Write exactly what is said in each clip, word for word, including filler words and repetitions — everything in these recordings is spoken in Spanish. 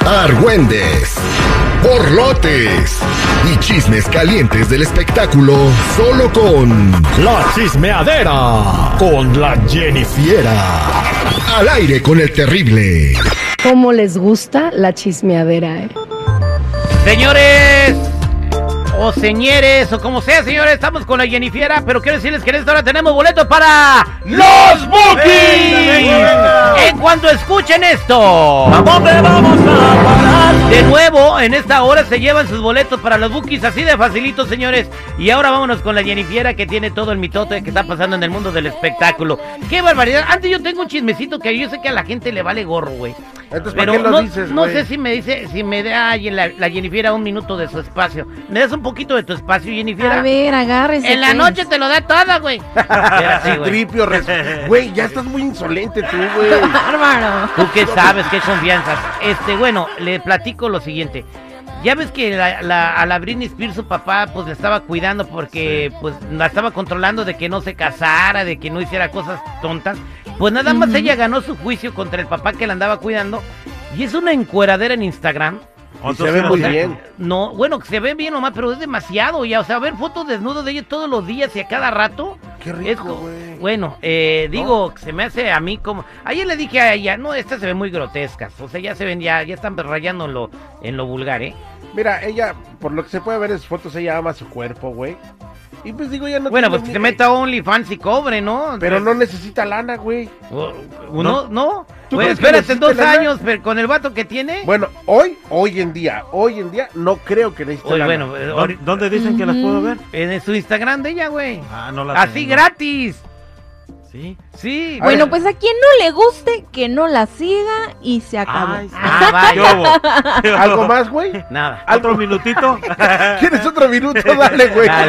argüendes, borlotes y chismes calientes del espectáculo, solo con La Chismeadera, con la Jennifiera. Al aire con el terrible. ¿Cómo les gusta la chismeadera, eh? Señores, o señores, o como sea, señores, estamos con la Jennifiera, pero quiero decirles que en esta hora tenemos boletos para los Bookies. En cuanto escuchen esto, ¿a dónde vamos a parar? De nuevo, en esta hora se llevan sus boletos para los Bookies, así de facilito, señores. Y ahora vámonos con la Jennifiera, que tiene todo el mitote que está pasando en el mundo del espectáculo. ¡Qué barbaridad! Antes yo tengo un chismecito que yo sé que a la gente le vale gorro, güey. Entonces, pero ¿para qué lo no, dices, no güey? sé si me dice, si me da la, la Jennifiera un minuto de su espacio. ¿Me das un poquito de tu espacio, Jennifiera? A ver, agárrese. En la pues. noche te lo da todo, güey. Sí, tripio, res... güey, ya estás muy insolente tú, güey. Bárbaro. Tú qué sabes, qué confianzas. Este, bueno, le platico lo siguiente. Ya ves que la, la, a la Britney Spears, su papá, pues la estaba cuidando porque, sí. pues, la estaba controlando de que no se casara, de que no hiciera cosas tontas. Pues nada más uh-huh. ella ganó su juicio contra el papá que la andaba cuidando. Y es una encueradera en Instagram. Y se ve muy o sea, bien. No, bueno, se ve bien nomás, pero es demasiado ya. O sea, ver fotos desnudos de ella todos los días y a cada rato. Qué rico, güey. Bueno, eh, digo, ¿no? Se me hace a mí como... Ayer le dije a ella, no, estas se ven muy grotescas. O sea, ya se ven, ya, ya están rayando en lo, en lo vulgar, ¿eh? Mira, ella, por lo que se puede ver en sus fotos, ella ama su cuerpo, güey. Y pues digo, ya no... Bueno, pues que se meta a OnlyFans y cobre, ¿no? Pero no necesita lana, güey. ¿No? ¿No? Pues espérate dos años, pero con el vato que tiene. Bueno, hoy, hoy en día, hoy en día, no creo que necesite Oye, lana. bueno, ¿Dónde, ¿Dónde dicen que las puedo ver? En su Instagram de ella, güey. Ah, no la Así tengo. gratis. Sí. Sí. Bueno, pues a quien no le guste, que no la siga y se acabó. Ay, sí. Ah, vaya. ¿Algo más, güey? Nada. ¿Otro minutito? ¿Quieres otro minuto? Dale, güey. Dale.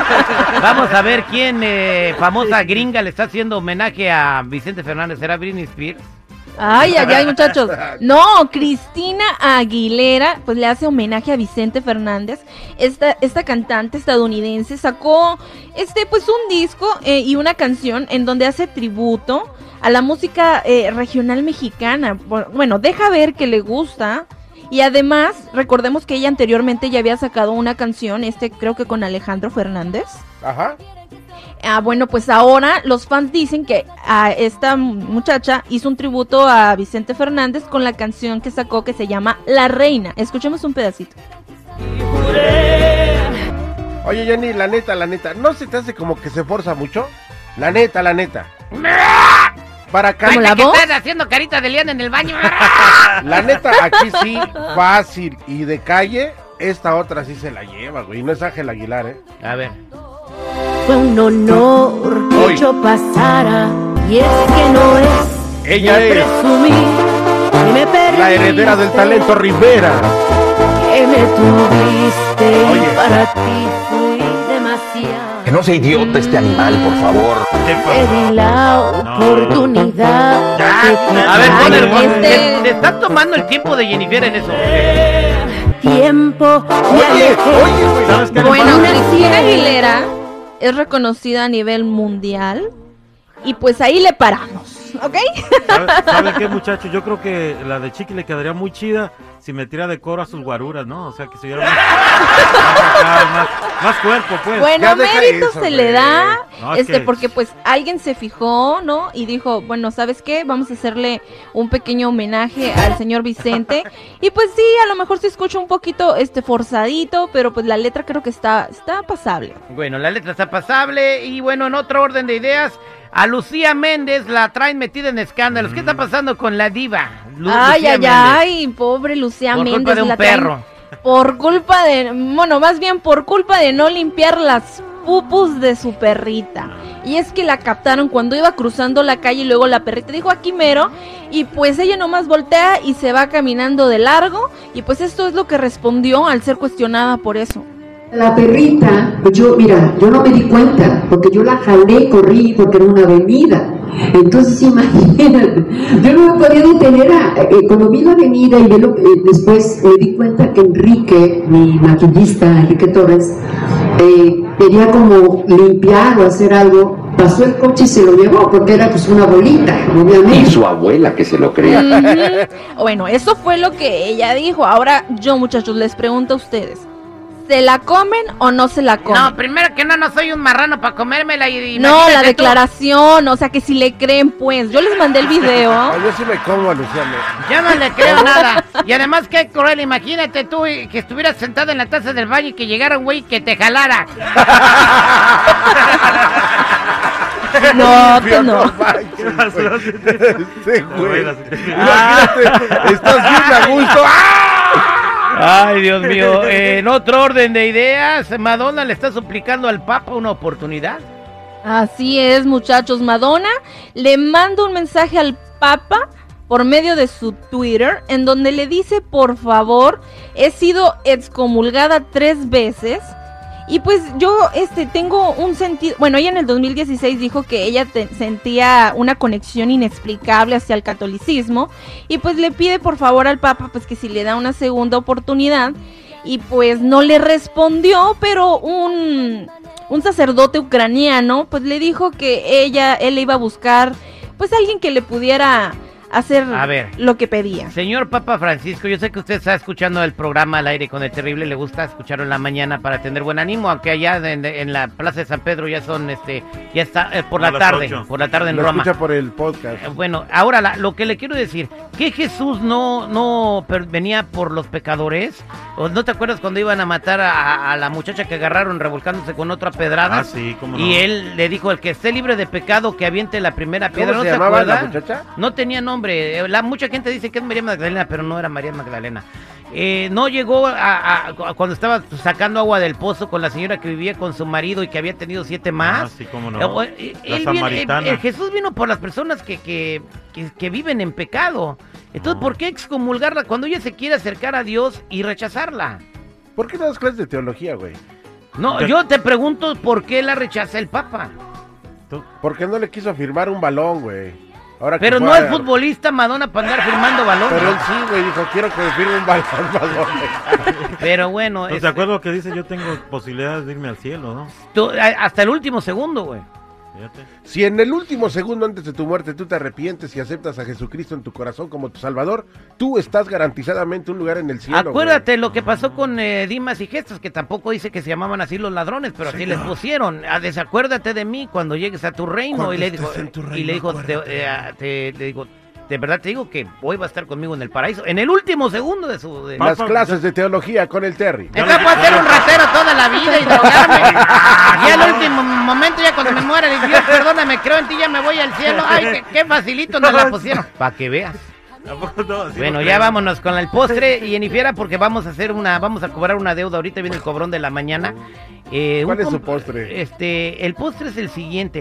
Vamos a ver quién, eh, famosa gringa, le está haciendo homenaje a Vicente Fernández. ¿Será Britney Spears? Ay, ay, ay, muchachos. No, Cristina Aguilera, pues le hace homenaje a Vicente Fernández. Esta, esta cantante estadounidense sacó, este, pues un disco eh, y una canción en donde hace tributo a la música eh, regional mexicana. Bueno, deja ver que le gusta. Y además, recordemos que ella anteriormente ya había sacado una canción, este, creo que con Alejandro Fernández. Ajá. Ah, bueno, pues ahora los fans dicen que a esta muchacha hizo un tributo a Vicente Fernández con la canción que sacó que se llama La Reina. Escuchemos un pedacito. Oye, Jenny, la neta, la neta, ¿no se te hace como que se forza mucho? La neta, la neta. Para acá. ¿Cómo la que voz? estás haciendo carita de liana en el baño. La neta, aquí sí, fácil y de calle, esta otra sí se la lleva, güey. No es Ángel Aguilar, ¿eh? A ver. Fue un honor que Hoy. yo pasara, y es que no es Ella de es presumir, ni me la heredera del talento Rivera. que me tuviste. Oye. Y para ti fui demasiado. Que no sea idiota este animal, por favor. ¿Qué Te di pasó? la No. oportunidad. Ya, de que a ver, te pon el Ay, botón. este- Se, se está tomando el tiempo de Jennifer en eso. tiempo me Oye, alejé. oye, güey. ¿Sabes qué? Bueno, Una Cristina fiel. Aguilera es reconocida a nivel mundial y pues ahí le paramos, ¿ok? ¿Sabe, sabe qué, muchacho? Yo creo que la de Chiqui le quedaría muy chida si metiera de coro a sus guaruras, ¿no? O sea, que se viera más, más, más, más cuerpo, pues. Bueno, Ya deja mérito eso, se le güey. da, No, es este, que- porque pues alguien se fijó, ¿no? Y dijo, bueno, ¿sabes qué? Vamos a hacerle un pequeño homenaje al señor Vicente. Y pues sí, a lo mejor se escucha un poquito, este, forzadito, pero pues la letra creo que está, está pasable. Bueno, la letra está pasable. Y bueno, en otro orden de ideas, a Lucía Méndez la traen metida en escándalos. ¿Qué está pasando con la diva? Lu- Ay, Lucía ay, Méndez. ay, pobre Lucía Por Méndez. culpa de un la traen perro. Por culpa de, bueno, más bien por culpa de no limpiar las pupus de su perrita. Y es que la captaron cuando iba cruzando la calle y luego la perrita dijo aquí mero. Y pues ella nomás voltea y se va caminando de largo. Y pues esto es lo que respondió al ser cuestionada por eso. La perrita, pues yo, mira, yo no me di cuenta, porque yo la jalé, corrí, porque era una avenida. Entonces, imagínate, yo no me podía detener a, eh, cuando vi la avenida y vi lo, eh, después me di cuenta que Enrique, mi maquillista, Enrique Torres, eh, quería como limpiar o hacer algo, pasó el coche y se lo llevó, porque era pues una bolita, obviamente. Y su abuela que se lo crea. Uh-huh. Bueno, eso fue lo que ella dijo. Ahora yo, muchachos, les pregunto a ustedes, ¿se la comen o no se la comen? No, primero que no, no soy un marrano para comérmela y... No, la tú. declaración, o sea, que si le creen, pues. Yo les mandé el video. No, yo sí me como a Luciano. Yo no le creo nada. Y además, qué cruel, imagínate tú que estuvieras sentado en la taza del baño y que llegara un güey que te jalara. No, tú no. Este güey. Imagínate, estás bien a gusto. Ay, Dios mío. Eh, en otro orden de ideas, Madonna le está suplicando al Papa una oportunidad. Así es, muchachos. Madonna le manda un mensaje al Papa por medio de su Twitter, en donde le dice, por favor, he sido excomulgada tres veces. Y pues yo este tengo un sentido, bueno, ella en el dos mil dieciséis dijo que ella te, sentía una conexión inexplicable hacia el catolicismo, y pues le pide por favor al Papa pues que si le da una segunda oportunidad, y pues no le respondió, pero un, un sacerdote ucraniano pues le dijo que ella, él le iba a buscar pues alguien que le pudiera hacer a ver, lo que pedía. Señor Papa Francisco, yo sé que usted está escuchando el programa Al Aire con el Terrible, le gusta escucharlo en la mañana para tener buen ánimo, aunque allá en, en la Plaza de San Pedro ya son, este, ya está eh, por, la tarde, por la tarde en lo Roma. Escucha por el podcast. Eh, bueno, ahora la, lo que le quiero decir, que Jesús no, no per, venía por los pecadores. ¿O no te acuerdas cuando iban a matar a, a la muchacha que agarraron revolcándose con otra pedrada? Ah, sí, cómo no. Y él le dijo, el que esté libre de pecado que aviente la primera piedra. ¿Cómo ¿No se te llamaba acuerdas? la muchacha? No tenía nombre. La, mucha gente dice que es María Magdalena, pero no era María Magdalena. Eh, no llegó a, a, a cuando estaba sacando agua del pozo con la señora que vivía con su marido y que había tenido siete más. Ah, sí, cómo no. Eh, La él samaritana. viene, eh, Jesús vino por las personas que, que, que, que viven en pecado. Entonces, no. ¿por qué excomulgarla cuando ella se quiere acercar a Dios y rechazarla? ¿Por qué no das clases de teología, güey? No, yo te pregunto por qué la rechaza el Papa. Porque no le quiso firmar un balón, güey. Ahora Pero no a... es futbolista Madonna para andar firmando balones. Pero él sí, güey, dijo, quiero que me firme un balón, balón. Pero bueno... ¿No es... te acuerdas lo que dice? Yo tengo posibilidades de irme al cielo, ¿no? Tú, hasta el último segundo, güey. Fíjate. Si en el último segundo antes de tu muerte tú te arrepientes y aceptas a Jesucristo en tu corazón como tu Salvador, tú estás garantizadamente un lugar en el cielo. Acuérdate güey. Lo que pasó con eh, Dimas y Gestas, que tampoco dice que se llamaban así los ladrones, pero así les pusieron. Ah, desacuérdate de mí cuando llegues a tu reino. Y le dijo, reino, y le dijo, te, eh, te, le digo, de verdad te digo que hoy va a estar conmigo en el paraíso. En el último segundo de su... De... Las clases de teología con el Terry. Entonces puedo ser un ratero toda la vida y drogarme. Y al último momento, ya cuando me muera, Dios, perdóname, creo en ti, ya me voy al cielo. Ay, qué, qué facilito nos la pusieron. Para que veas. No, sí, bueno, ya vámonos con el postre y Jennifer, porque vamos a hacer una, vamos a cobrar una deuda. Ahorita viene el cobrón de la mañana. Eh, ¿Cuál un, es su postre? Este, el postre es el siguiente.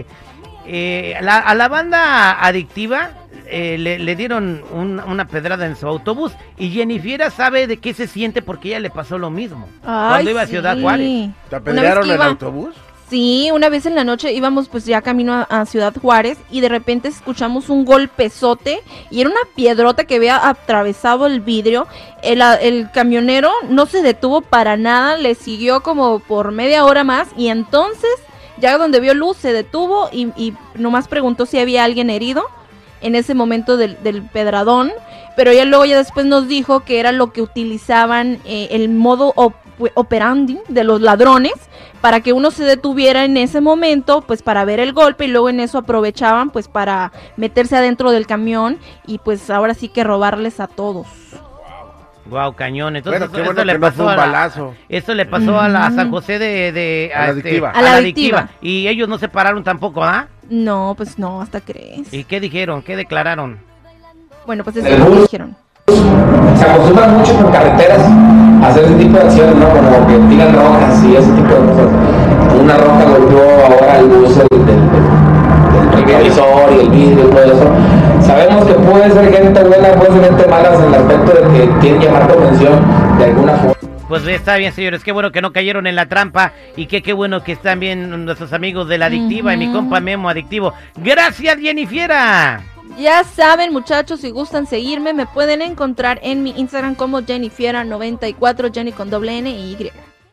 Eh, la, a la banda adictiva eh, le, le dieron un, una pedrada en su autobús y Jennifer sabe de qué se siente porque ella le pasó lo mismo. Ay, cuando iba a sí. Ciudad Juárez. ¿Te apedrearon en el iba... autobús? Sí, una vez en la noche íbamos pues ya camino a, a Ciudad Juárez y de repente escuchamos un golpezote y era una piedrota que había atravesado el vidrio. El, el camionero no se detuvo para nada, le siguió como por media hora más y entonces ya donde vio luz se detuvo y, y nomás preguntó si había alguien herido en ese momento del, del pedradón, pero ya luego ya después nos dijo que era lo que utilizaban eh, el modo op operandi de los ladrones para que uno se detuviera en ese momento pues para ver el golpe y luego en eso aprovechaban pues para meterse adentro del camión y pues ahora sí que robarles a todos. Wow, cañón. Entonces bueno, qué esto, bueno esto le que pasó no fue un a la, balazo. Esto le pasó Mm. a la a San José de, de A la este, adictiva. a la adictiva. Y ellos no se pararon tampoco, ¿ah? No, pues no, hasta crees. ¿Y qué dijeron? ¿Qué declararon? Bueno, pues eso es lo que dijeron. Se acostumbran mucho por carreteras a hacer ese tipo de acciones, ¿no? Como que tiran rojas y ese tipo de cosas. Una roja golpeó ahora el bus del, del, del retrovisor y el vidrio y todo eso. Sabemos que puede ser gente buena, puede ser gente mala en el aspecto de que quieren llamar tu atención de alguna forma. Pues está bien, señores, qué bueno que no cayeron en la trampa y que qué bueno que están bien nuestros amigos de la adictiva Uh-huh. y mi compa Memo adictivo. Gracias, Jennifer. Ya saben, muchachos, si gustan seguirme, me pueden encontrar en mi Instagram como Jennifiera noventa y cuatro, Jenny con doble N y Y.